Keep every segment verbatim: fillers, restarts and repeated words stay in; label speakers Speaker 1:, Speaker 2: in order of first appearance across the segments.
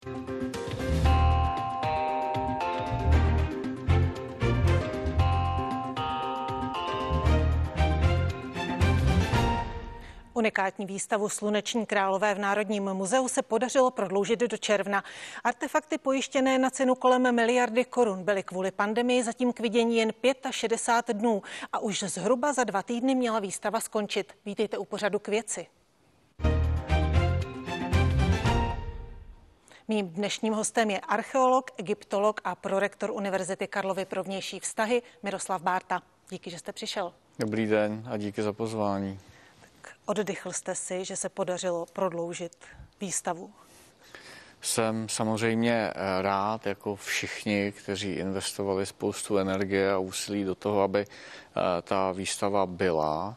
Speaker 1: Unikátní výstavu Sluneční králové v Národním muzeu se podařilo prodloužit do června. Artefakty pojištěné na cenu kolem miliardy korun byly kvůli pandemii zatím k vidění jen šedesát pět dnů a už zhruba za dva týdny měla výstava skončit. Vítejte u pořadu K věci. Mým dnešním hostem je archeolog, egyptolog a prorektor Univerzity Karlovy pro vnější vztahy Miroslav Bárta. Díky, že jste přišel.
Speaker 2: Dobrý den a díky za pozvání.
Speaker 1: Oddychl jste si, že se podařilo prodloužit výstavu?
Speaker 2: Jsem samozřejmě rád, jako všichni, kteří investovali spoustu energie a úsilí do toho, aby ta výstava byla.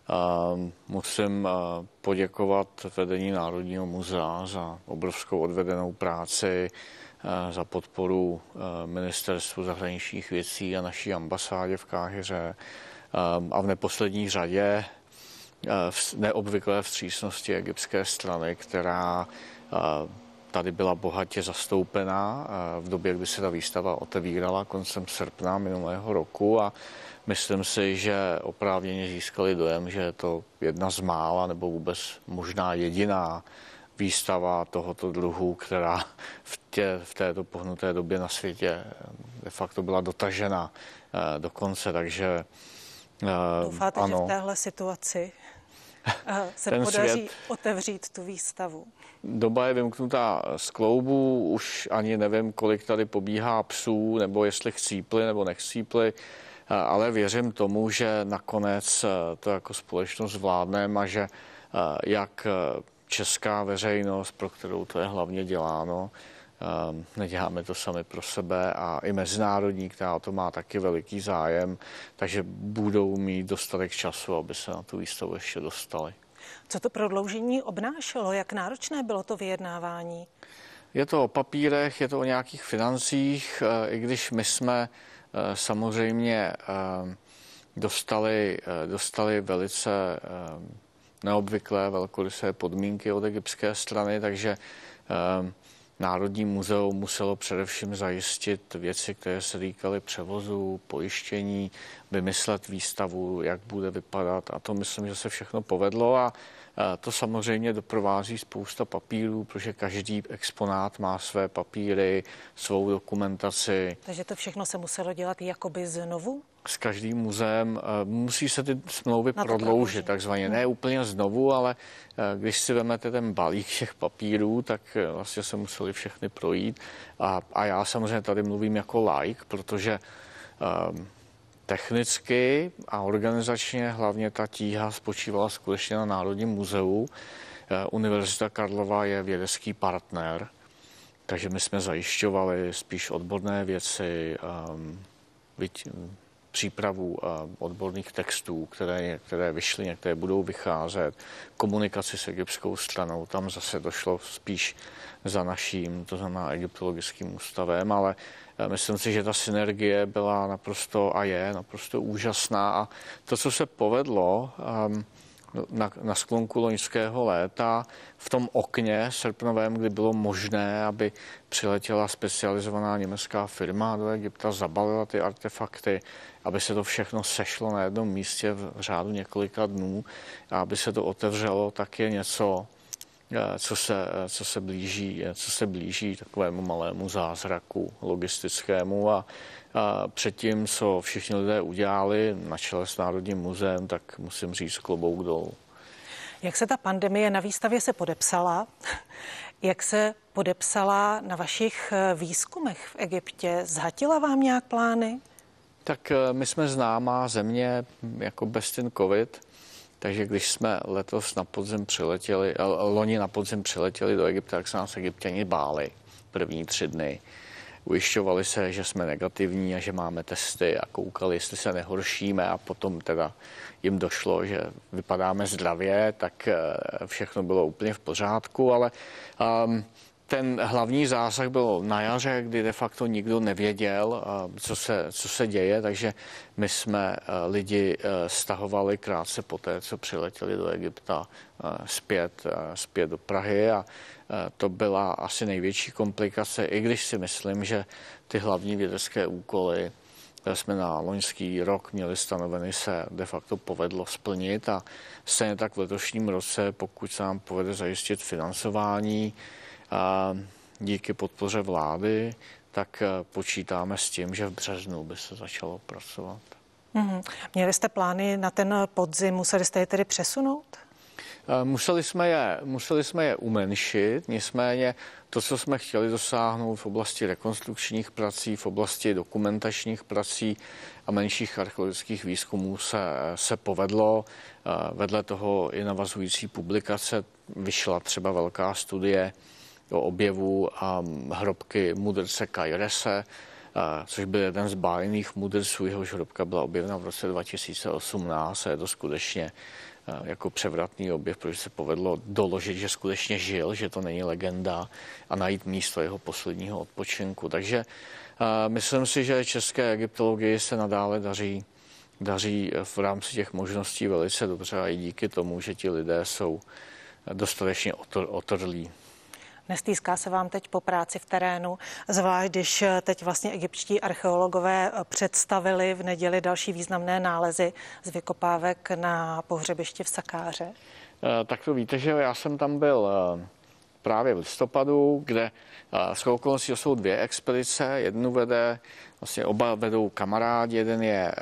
Speaker 2: Musím poděkovat vedení Národního muzea za obrovskou odvedenou práci, za podporu Ministerstvu zahraničních věcí a naší ambasádě v Káhiře a v neposlední řadě v neobvyklé vstřícnosti egyptské strany, která tady byla bohatě zastoupená v době, kdy se ta výstava otevírala koncem srpna minulého roku a myslím si, že oprávněně získali dojem, že je to jedna z mála nebo vůbec možná jediná výstava tohoto druhu, která v, tě, v této pohnuté době na světě de facto byla dotažena do konce, takže
Speaker 1: doufáte,
Speaker 2: ano.
Speaker 1: Že v téhle situaci se
Speaker 2: Ten
Speaker 1: podaří
Speaker 2: svět,
Speaker 1: otevřít tu výstavu?
Speaker 2: Doba je vymknutá z kloubů, už ani nevím, kolik tady pobíhá psů, nebo jestli chcípli nebo nechcípli, ale věřím tomu, že nakonec to jako společnost zvládneme a že jak česká veřejnost, pro kterou to je hlavně děláno, neděláme to sami pro sebe a i mezinárodní, která o to má taky veliký zájem, takže budou mít dostatek času, aby se na tu výstavu ještě dostali.
Speaker 1: Co to prodloužení obnášelo? Jak náročné bylo to vyjednávání?
Speaker 2: Je to o papírech, je to o nějakých financích, i když my jsme samozřejmě dostali, dostali velice neobvyklé velkorysé podmínky od egyptské strany, takže Národní muzeum muselo především zajistit věci, které se týkaly převozu, pojištění, vymyslet výstavu, jak bude vypadat a to myslím, že se všechno povedlo a to samozřejmě doprovází spousta papírů, protože každý exponát má své papíry, svou dokumentaci.
Speaker 1: Takže to všechno se muselo dělat jakoby znovu?
Speaker 2: S každým muzeem musí se ty smlouvy prodloužit, takzvaně. Ne úplně znovu, ale když si vezmete ten balík všech papírů, tak vlastně se museli všechny projít. A, a já samozřejmě tady mluvím jako laik, protože um, technicky a organizačně hlavně ta tíha spočívala skutečně na Národním muzeu. Univerzita Karlova je vědecký partner, takže my jsme zajišťovali spíš odborné věci, um, byť, přípravu odborných textů, které, které vyšly, některé budou vycházet, komunikaci s egyptskou stranou, tam zase došlo spíš za naším, to znamená egyptologickým ústavem, ale myslím si, že ta synergie byla naprosto a je naprosto úžasná a to, co se povedlo na, na sklonku loňského léta v tom okně srpnovém, kdy bylo možné, aby přiletěla specializovaná německá firma do Egypta, zabalila ty artefakty, aby se to všechno sešlo na jednom místě v řádu několika dnů a aby se to otevřelo, tak je něco, co se, co se blíží, co se blíží takovému malému zázraku logistickému a, a předtím, co všichni lidé udělali na čele s Národním muzeem, tak musím říct klobouk dolů.
Speaker 1: Jak se ta pandemie na výstavě se podepsala? Jak se podepsala na vašich výzkumech v Egyptě? Zhatila vám nějak plány?
Speaker 2: Tak my jsme známá země jako bez ten covid, takže když jsme letos na podzim přiletěli, loni na podzim přiletěli do Egypta, tak se nás Egypťani báli první tři dny. Ujišťovali se, že jsme negativní a že máme testy a koukali, jestli se nehoršíme a potom teda jim došlo, že vypadáme zdravě, tak všechno bylo úplně v pořádku, ale um, ten hlavní zásah byl na jaře, kdy de facto nikdo nevěděl, co se, co se děje, takže my jsme lidi stahovali krátce poté, co přiletěli do Egypta zpět, zpět do Prahy a to byla asi největší komplikace, i když si myslím, že ty hlavní vědecké úkoly, které jsme na loňský rok měli stanoveny, se de facto povedlo splnit a stejně tak v letošním roce, pokud se nám povede zajistit financování a díky podpoře vlády, tak počítáme s tím, že v březnu by se začalo pracovat.
Speaker 1: Mm-hmm. Měli jste plány na ten podzim, museli jste je tedy přesunout?
Speaker 2: Museli jsme je, museli jsme je umenšit, nicméně to, co jsme chtěli dosáhnout v oblasti rekonstrukčních prací, v oblasti dokumentačních prací a menších archeologických výzkumů se, se povedlo. Vedle toho i navazující publikace vyšla třeba velká studie o objevu hrobky mudrce Kairese, což byl jeden z bájných mudrců, jehož hrobka byla objevena v roce dva tisíce osmnáct a je to skutečně jako převratný objev, protože se povedlo doložit, že skutečně žil, že to není legenda a najít místo jeho posledního odpočinku. Takže uh, myslím si, že české egyptologii se nadále daří, daří v rámci těch možností velice dobře a i díky tomu, že ti lidé jsou dostatečně otrlí.
Speaker 1: Nestýská se vám teď po práci v terénu, zvlášť když teď vlastně egyptští archeologové představili v neděli další významné nálezy z vykopávek na pohřebišti v Sakáře?
Speaker 2: Tak to víte, že já jsem tam byl právě v listopadu, kde shodou okolností jsou dvě expedice. Jednu vede, vlastně oba vedou kamarádi, jeden je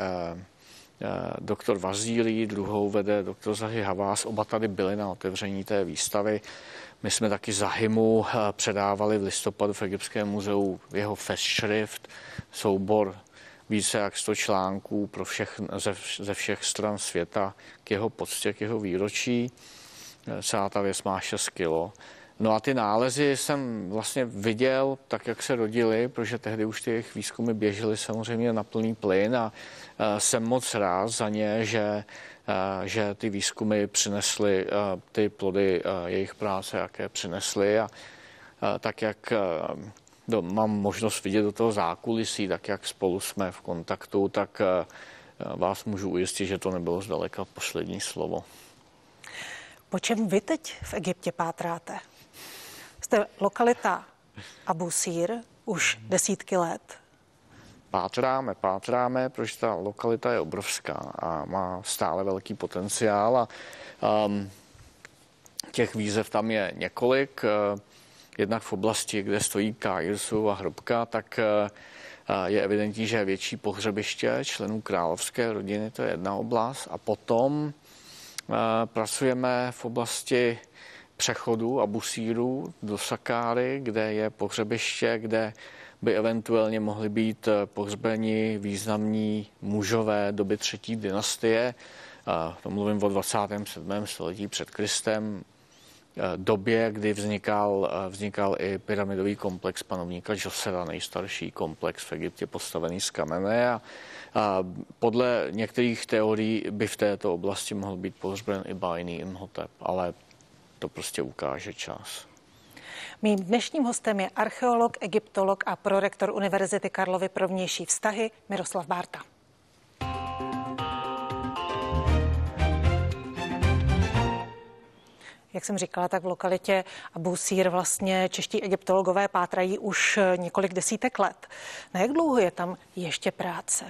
Speaker 2: doktor Vazílí, druhou vede doktor Zahi Havás. Oba tady byli na otevření té výstavy. My jsme taky Zahimu předávali v listopadu v Egyptském muzeu jeho Festschrift, soubor více jak sto článků pro všech, ze, ze všech stran světa k jeho poctě, k jeho výročí. Celá ta věc má šest kilo. No a ty nálezy jsem vlastně viděl tak, jak se rodily, protože tehdy už ty jejich výzkumy běžely samozřejmě na plný plyn a jsem moc rád za ně, že že ty výzkumy přinesly ty plody jejich práce, jaké přinesly a tak, jak mám možnost vidět do toho zákulisí, tak jak spolu jsme v kontaktu, tak vás můžu ujistit, že to nebylo zdaleka poslední slovo.
Speaker 1: Po čem vy teď v Egyptě pátráte? Jste lokalita Abu Sir už desítky let.
Speaker 2: Pátráme, pátráme, protože ta lokalita je obrovská a má stále velký potenciál a um, těch výzev tam je několik. Uh, jednak v oblasti, kde stojí Kairsova hrobka, tak uh, je evidentní, že je větší pohřebiště členů královské rodiny, to je jedna oblast. A potom uh, pracujeme v oblasti přechodu Abu Síru do Sakáry, kde je pohřebiště, kde by eventuálně mohli být pohřbeni významní mužové doby třetí dynastie. To mluvím o dvacátém sedmém století před Kristem, době, kdy vznikal, vznikal i pyramidový komplex panovníka Džosera, nejstarší komplex v Egyptě postavený z kamene. A, a podle některých teorií by v této oblasti mohl být pohřben i bájný Imhotep, ale to prostě ukáže čas.
Speaker 1: Mým dnešním hostem je archeolog, egyptolog a prorektor Univerzity Karlovy pro vnější vztahy Miroslav Bárta. Jak jsem říkala, tak v lokalitě Abu Sir vlastně čeští egyptologové pátrají už několik desítek let. Na jak dlouho je tam ještě práce?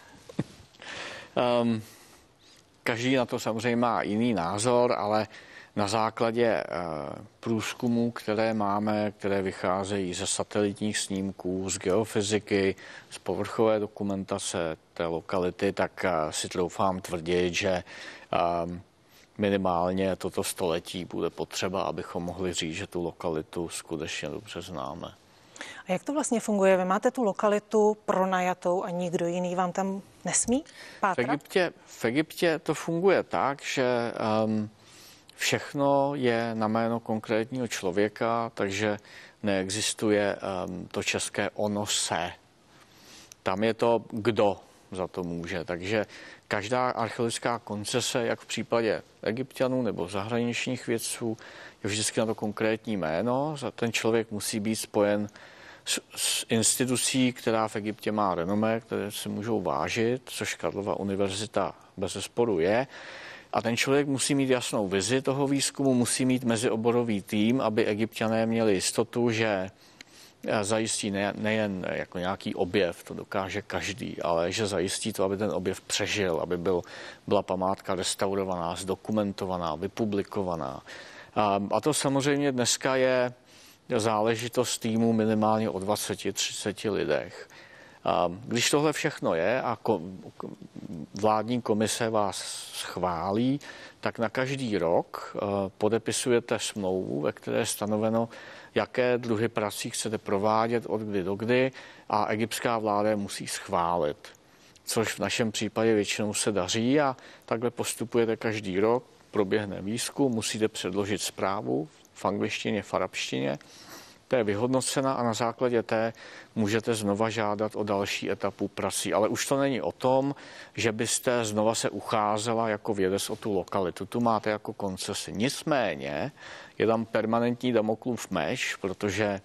Speaker 2: Um, každý na to samozřejmě má jiný názor, ale na základě uh, průzkumů, které máme, které vycházejí ze satelitních snímků, z geofyziky, z povrchové dokumentace té lokality, tak uh, si troufám tvrdit, že um, minimálně toto století bude potřeba, abychom mohli říct, že tu lokalitu skutečně dobře známe.
Speaker 1: A jak to vlastně funguje? Vy máte tu lokalitu pronajatou a nikdo jiný vám tam nesmí pátrat?
Speaker 2: V Egyptě, v Egyptě to funguje tak, že um, všechno je na jméno konkrétního člověka, takže neexistuje um, to české ono se. Tam je to, kdo za to může. Takže každá archeologická koncese, jak v případě Egypťanů nebo zahraničních vědců, je vždycky na to konkrétní jméno. Ten člověk musí být spojen s, s institucí, která v Egyptě má renomé, které se můžou vážit, což Karlova univerzita bezesporu je. A ten člověk musí mít jasnou vizi toho výzkumu, musí mít mezioborový tým, aby Egypťané měli jistotu, že zajistí ne, nejen jako nějaký objev, to dokáže každý, ale že zajistí to, aby ten objev přežil, aby byl, byla památka restaurovaná, zdokumentovaná, vypublikovaná. A, a to samozřejmě dneska je záležitost týmu minimálně o dvaceti třiceti lidech. A když tohle všechno je a ko, vládní komise vás schválí, tak na každý rok uh, podepisujete smlouvu, ve které je stanoveno, jaké druhy prací chcete provádět od kdy do kdy a egyptská vláda musí schválit, což v našem případě většinou se daří a takhle postupujete každý rok, proběhne výzkum, musíte předložit zprávu v angličtině, v arabštině, to je vyhodnocena a na základě té můžete znova žádat o další etapu prací. Ale už to není o tom, že byste znova se ucházela jako vědec o tu lokalitu. Tu máte jako koncesi. Nicméně je tam permanentní Damoklův meč, protože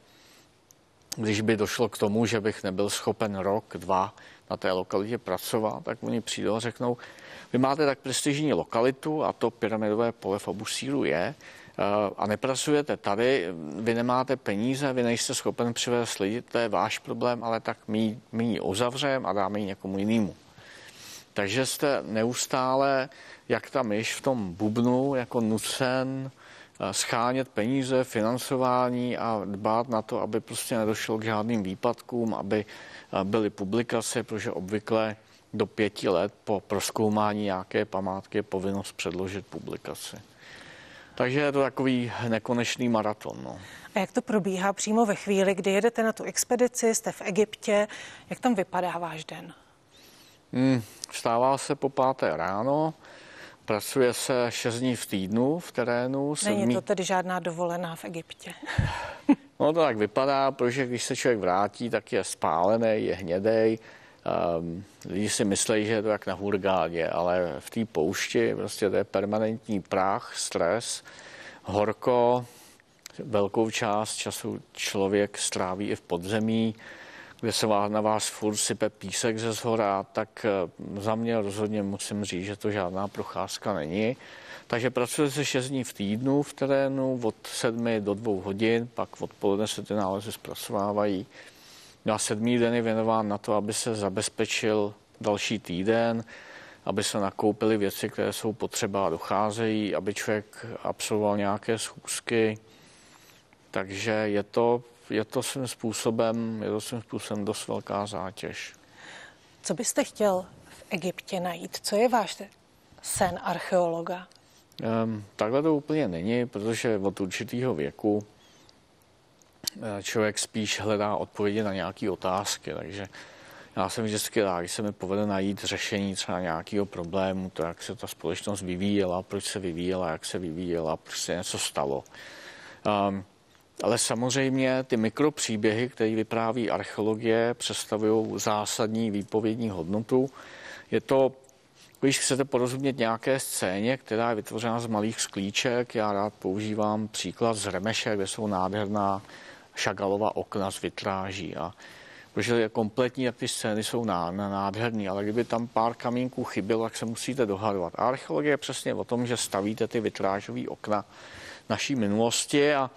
Speaker 2: když by došlo k tomu, že bych nebyl schopen rok, dva na té lokalitě pracovat, tak oni přijdou a řeknou, vy máte tak prestižní lokalitu a to pyramidové pole v Abu Síru je, a nepracujete tady, vy nemáte peníze, vy nejste schopen přivést lidi, to je váš problém, ale tak my, my ji uzavřeme a dáme ji někomu jinému. Takže jste neustále, jak ta myš v tom bubnu, jako nucen schánět peníze, financování a dbát na to, aby prostě nedošlo k žádným výpadkům, aby byly publikace, protože obvykle do pěti let po prozkoumání nějaké památky je povinnost předložit publikaci. Takže je to takový nekonečný maraton. No.
Speaker 1: A jak to probíhá přímo ve chvíli, kdy jedete na tu expedici, jste v Egyptě, jak tam vypadá váš den?
Speaker 2: Hmm, vstává se po páté ráno, pracuje se šest dní v týdnu v terénu.
Speaker 1: Není
Speaker 2: sedmí...
Speaker 1: to tedy žádná dovolená v Egyptě?
Speaker 2: No to tak vypadá, protože když se člověk vrátí, tak je spálený, je hnědej. Um, lidi si myslí, že je to jak na hurgáně, ale v té poušti prostě to je permanentní prach, stres, horko, velkou část času člověk stráví i v podzemí, kde se na vás furt sype písek ze zhora, tak za mě rozhodně musím říct, že to žádná procházka není. Takže pracuje se šest dní v týdnu v terénu od sedmi do dvou hodin, pak odpoledne se ty nálezy zpracovávají. No a sedmý den je věnován na to, aby se zabezpečil další týden, aby se nakoupily věci, které jsou potřeba a docházejí, aby člověk absolvoval nějaké schůzky. Takže je to, je to svým způsobem, je to svým způsobem dost velká zátěž.
Speaker 1: Co byste chtěl v Egyptě najít? Co je váš sen archeologa?
Speaker 2: Um, takhle to úplně není, protože od určitého věku člověk spíš hledá odpovědi na nějaké otázky, takže já jsem vždycky rád, když se mi povede najít řešení třeba nějakého problému, to, jak se ta společnost vyvíjela, proč se vyvíjela, jak se vyvíjela, proč se něco stalo. Um, ale samozřejmě ty mikropříběhy, které vypráví archeologie, představují zásadní výpovědní hodnotu. Je to, když chcete porozumět nějaké scéně, která je vytvořena z malých sklíček, já rád používám příklad z Remeše, kde jsou nádherná Šagalova okna z vitráží. A protože je kompletní, jak ty scény jsou nádherný, ale kdyby tam pár kamínků chybělo, tak se musíte dohadovat. A archeologie je přesně o tom, že stavíte ty vitrážové okna naší minulosti a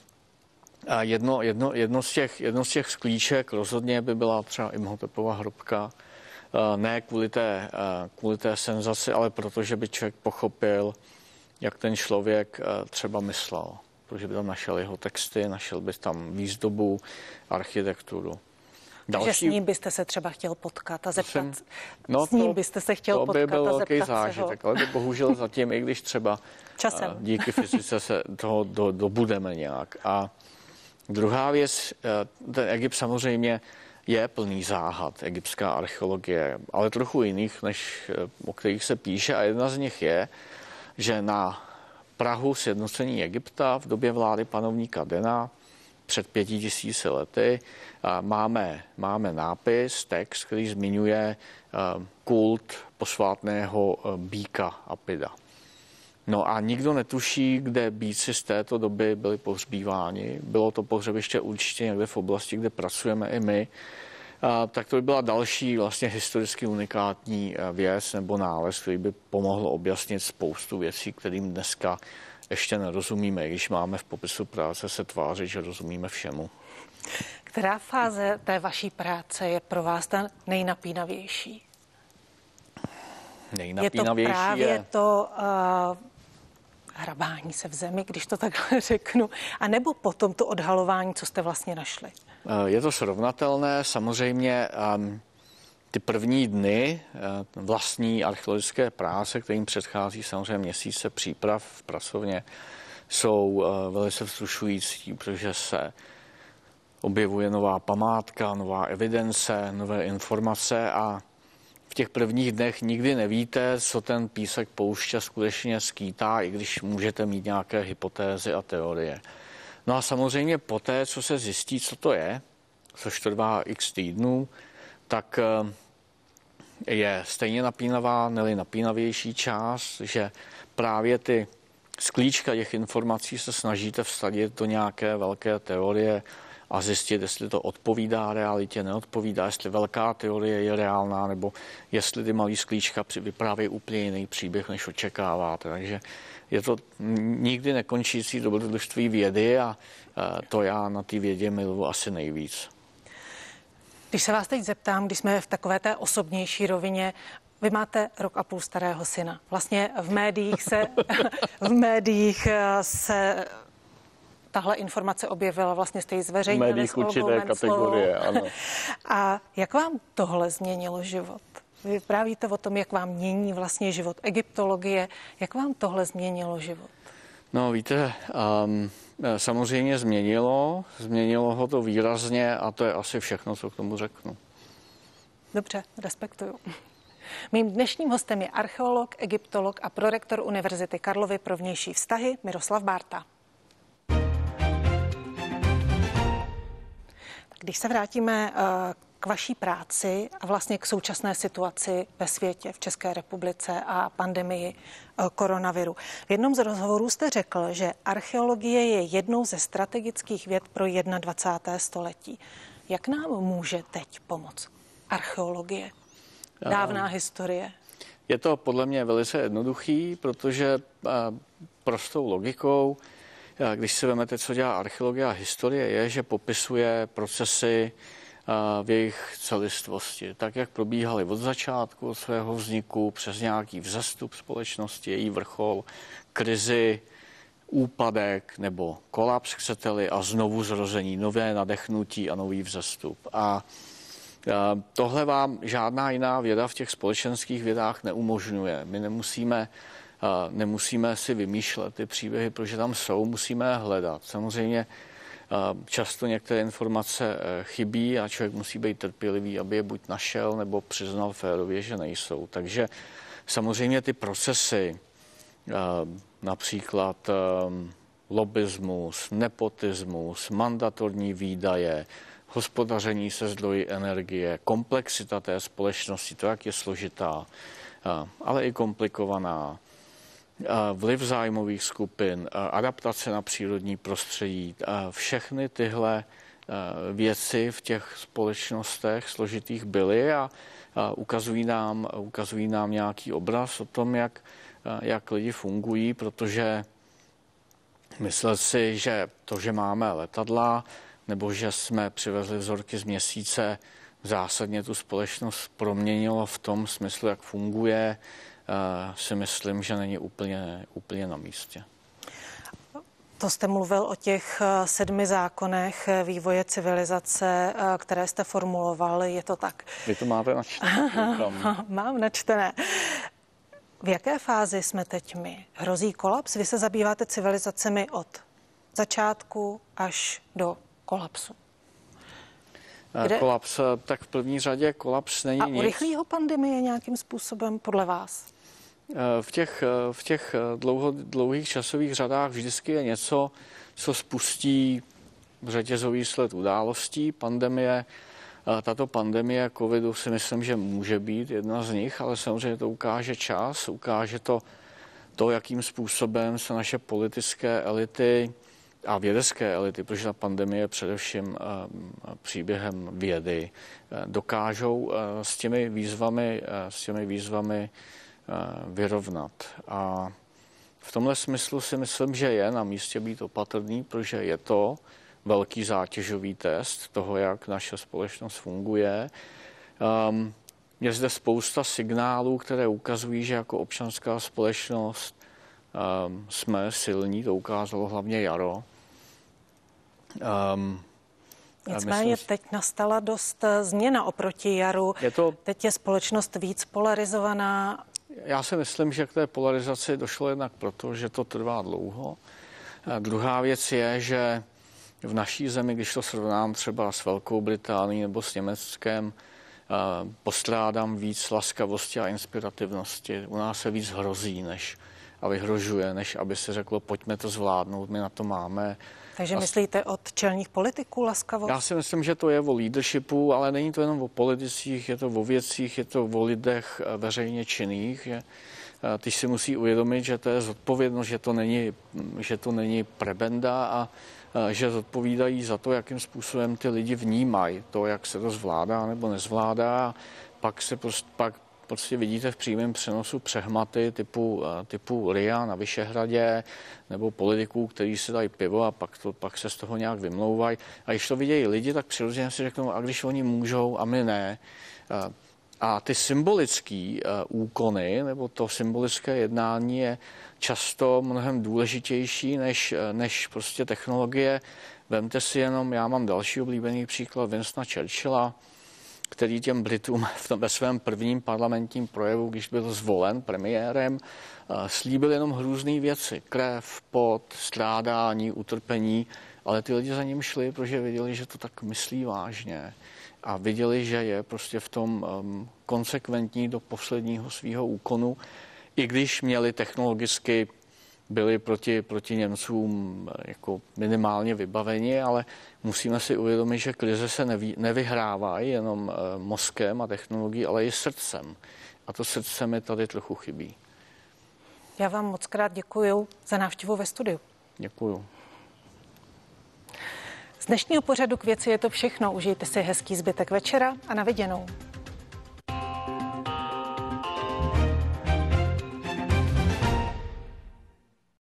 Speaker 2: a jedno, jedno, jedno, z těch, jedno z těch sklíček rozhodně by byla třeba Imhotepova hrobka. Ne kvůli té, kvůli té senzaci, ale protože by člověk pochopil, jak ten člověk třeba myslel. Protože by tam našel jeho texty, našel by tam výzdobu, architekturu.
Speaker 1: Další... Takže s ním byste se třeba chtěl potkat a zeptat, jsem...
Speaker 2: no
Speaker 1: s ním byste se chtěl
Speaker 2: to
Speaker 1: potkat
Speaker 2: by byl
Speaker 1: a
Speaker 2: velký
Speaker 1: zeptat
Speaker 2: zážitek, ale to bohužel zatím, i když třeba
Speaker 1: časem.
Speaker 2: díky fyzice se toho do, dobudeme nějak. A druhá věc, ten Egypt samozřejmě je plný záhad, egyptská archeologie, ale trochu jiných, než o kterých se píše. A jedna z nich je, že na prahu sjednocení Egypta v době vlády panovníka Dena před pěti tisíci lety. Máme, máme nápis, text, který zmiňuje kult posvátného býka Apida. No a nikdo netuší, kde býci z této doby byli pohřbíváni. Bylo to pohřebiště určitě někde v oblasti, kde pracujeme i my. A, tak to by byla další vlastně historicky unikátní věc nebo nález, který by pomohl objasnit spoustu věcí, kterým dneska ještě nerozumíme, když máme v popisu práce se tvářit, že rozumíme všemu.
Speaker 1: Která fáze té vaší práce je pro vás ta nejnapínavější?
Speaker 2: Nejnapínavější
Speaker 1: je to právě
Speaker 2: je...
Speaker 1: to uh, hrabání se v zemi, když to takhle řeknu, a nebo potom to odhalování, co jste vlastně našli?
Speaker 2: Je to srovnatelné. Samozřejmě um, ty první dny uh, vlastní archeologické práce, kterým předchází samozřejmě měsíce příprav v pracovně, jsou uh, velice vzrušující, protože se objevuje nová památka, nová evidence, nové informace a v těch prvních dnech nikdy nevíte, co ten písek pouště skutečně skýtá, i když můžete mít nějaké hypotézy a teorie. No a samozřejmě poté, co se zjistí, co to je, což trvá x týdnů, tak je stejně napínavá, neli napínavější část, že právě ty sklíčka těch informací se snažíte vsadit do nějaké velké teorie a zjistit, jestli to odpovídá realitě, neodpovídá, jestli velká teorie je reálná, nebo jestli ty malý sklíčka vyprávějí úplně jiný příběh, než očekáváte. Takže je to nikdy nekončící dobrodružství vědy a to já na té vědě miluji asi nejvíc.
Speaker 1: Když se vás teď zeptám, když jsme v takové té osobnější rovině, vy máte rok a půl starého syna. Vlastně v médiích se, v médiích se tahle informace objevila, vlastně jste ji zveřejnili.
Speaker 2: V médiích určité kategorie, ano.
Speaker 1: A jak vám tohle změnilo život? Vy vyprávíte o tom, jak vám mění vlastně život egyptologie. Jak vám tohle změnilo život?
Speaker 2: No víte, um, samozřejmě změnilo. Změnilo ho to výrazně a to je asi všechno, co k tomu řeknu.
Speaker 1: Dobře, respektuju. Mým dnešním hostem je archeolog, egyptolog a prorektor Univerzity Karlovy pro vnější vztahy Miroslav Bárta. Když se vrátíme k vaší práci a vlastně k současné situaci ve světě, v České republice a pandemii koronaviru. V jednom z rozhovorů jste řekl, že archeologie je jednou ze strategických věd pro dvacáté první století. Jak nám může teď pomoct archeologie? Dávná historie.
Speaker 2: Je to podle mě velice jednoduchý, protože prostou logikou, když si vezmete, co dělá archeologie a historie, je, že popisuje procesy v jejich celistvosti, tak jak probíhaly od začátku, od svého vzniku, přes nějaký vzestup společnosti, její vrchol, krizi, úpadek nebo kolaps, chcete-li, a znovu zrození, nové nadechnutí a nový vzestup. A tohle vám žádná jiná věda v těch společenských vědách neumožňuje. My nemusíme, nemusíme si vymýšlet ty příběhy, protože tam jsou, musíme je hledat. Samozřejmě často některé informace chybí a člověk musí být trpělivý, aby je buď našel, nebo přiznal férově, že nejsou. Takže samozřejmě ty procesy, například lobismus, nepotismus, mandatorní výdaje, hospodaření se zdroji energie, komplexita té společnosti, to, jak je složitá, ale i komplikovaná, vliv zájmových skupin, adaptace na přírodní prostředí, všechny tyhle věci v těch společnostech složitých byly a ukazují nám, ukazují nám nějaký obraz o tom, jak, jak lidi fungují, protože myslet si, že to, že máme letadla, nebo že jsme přivezli vzorky z měsíce, zásadně tu společnost proměnilo v tom smyslu, jak funguje, si myslím, že není úplně, úplně na místě.
Speaker 1: To jste mluvil o těch sedmi zákonech vývoje civilizace, které jste formuloval, je to tak?
Speaker 2: Vy to máte načtené.
Speaker 1: Mám načtené. V jaké fázi jsme teď my? Hrozí kolaps? Vy se zabýváte civilizacemi od začátku až do kolapsu.
Speaker 2: Kde? Kolaps, tak v první řadě kolaps není
Speaker 1: A
Speaker 2: nic. A
Speaker 1: urychlí ho pandemie nějakým způsobem podle vás?
Speaker 2: V těch, v těch dlouho, dlouhých časových řadách vždycky je něco, co spustí řetězový sled událostí. Pandemie, tato pandemie covidu si myslím, že může být jedna z nich, ale samozřejmě to ukáže čas, ukáže to, to jakým způsobem se naše politické elity a vědecké elity, protože ta pandemie je především příběhem vědy, dokážou s těmi výzvami, s těmi výzvami vyrovnat. A v tomhle smyslu si myslím, že je na místě být opatrný, protože je to velký zátěžový test toho, jak naše společnost funguje. Um, je zde spousta signálů, které ukazují, že jako občanská společnost um, jsme silní, to ukázalo hlavně jaro. Um,
Speaker 1: Nicméně myslím, teď nastala dost změna oproti jaru.
Speaker 2: Je to,
Speaker 1: teď je společnost víc polarizovaná.
Speaker 2: Já si myslím, že k té polarizaci došlo jednak proto, že to trvá dlouho. A druhá věc je, že v naší zemi, když to srovnám třeba s Velkou Británií nebo s Německem, postrádám víc laskavosti a inspirativnosti. U nás se víc hrozí, než a vyhrožuje, než aby se řeklo, pojďme to zvládnout, my na to máme.
Speaker 1: Takže myslíte od čelních politiků laskavost?
Speaker 2: Já si myslím, že to je o leadershipu, ale není to jenom o politicích, je to o věcích, je to o lidech veřejně činných. Že ty si musí uvědomit, že to je zodpovědnost, že to není, že to není prebenda a že zodpovídají za to, jakým způsobem ty lidi vnímají to, jak se to zvládá nebo nezvládá. Pak se prostě, pak prostě vidíte v přímém přenosu přehmaty typu, typu R I A na Vyšehradě nebo politiků, kteří si dají pivo a pak, to, pak se z toho nějak vymlouvají. A když to vidějí lidi, tak přirozeně si řeknou, a když oni můžou a my ne. A ty symbolické úkony nebo to symbolické jednání je často mnohem důležitější než, než prostě technologie. Vemte si jenom, já mám další oblíbený příklad Winstona Churchilla, který těm Britům v tom, ve svém prvním parlamentním projevu, když byl zvolen premiérem, slíbil jenom hrůzné věci. Krev, pot, strádání, utrpení, ale ty lidi za ním šli, protože věděli, že to tak myslí vážně. A viděli, že je prostě v tom um, konsekventní do posledního svého úkonu, i když měli technologicky, byli proti, proti Němcům jako minimálně vybaveni, ale musíme si uvědomit, že krize se neví, nevyhrávají jenom uh, mozkem a technologií, ale i srdcem. A to srdce mi tady trochu chybí.
Speaker 1: Já vám moc krát děkuju za návštěvu ve studiu.
Speaker 2: Děkuju.
Speaker 1: Z dnešního pořadu K věci je to všechno. Užijte si hezký zbytek večera a na viděnou.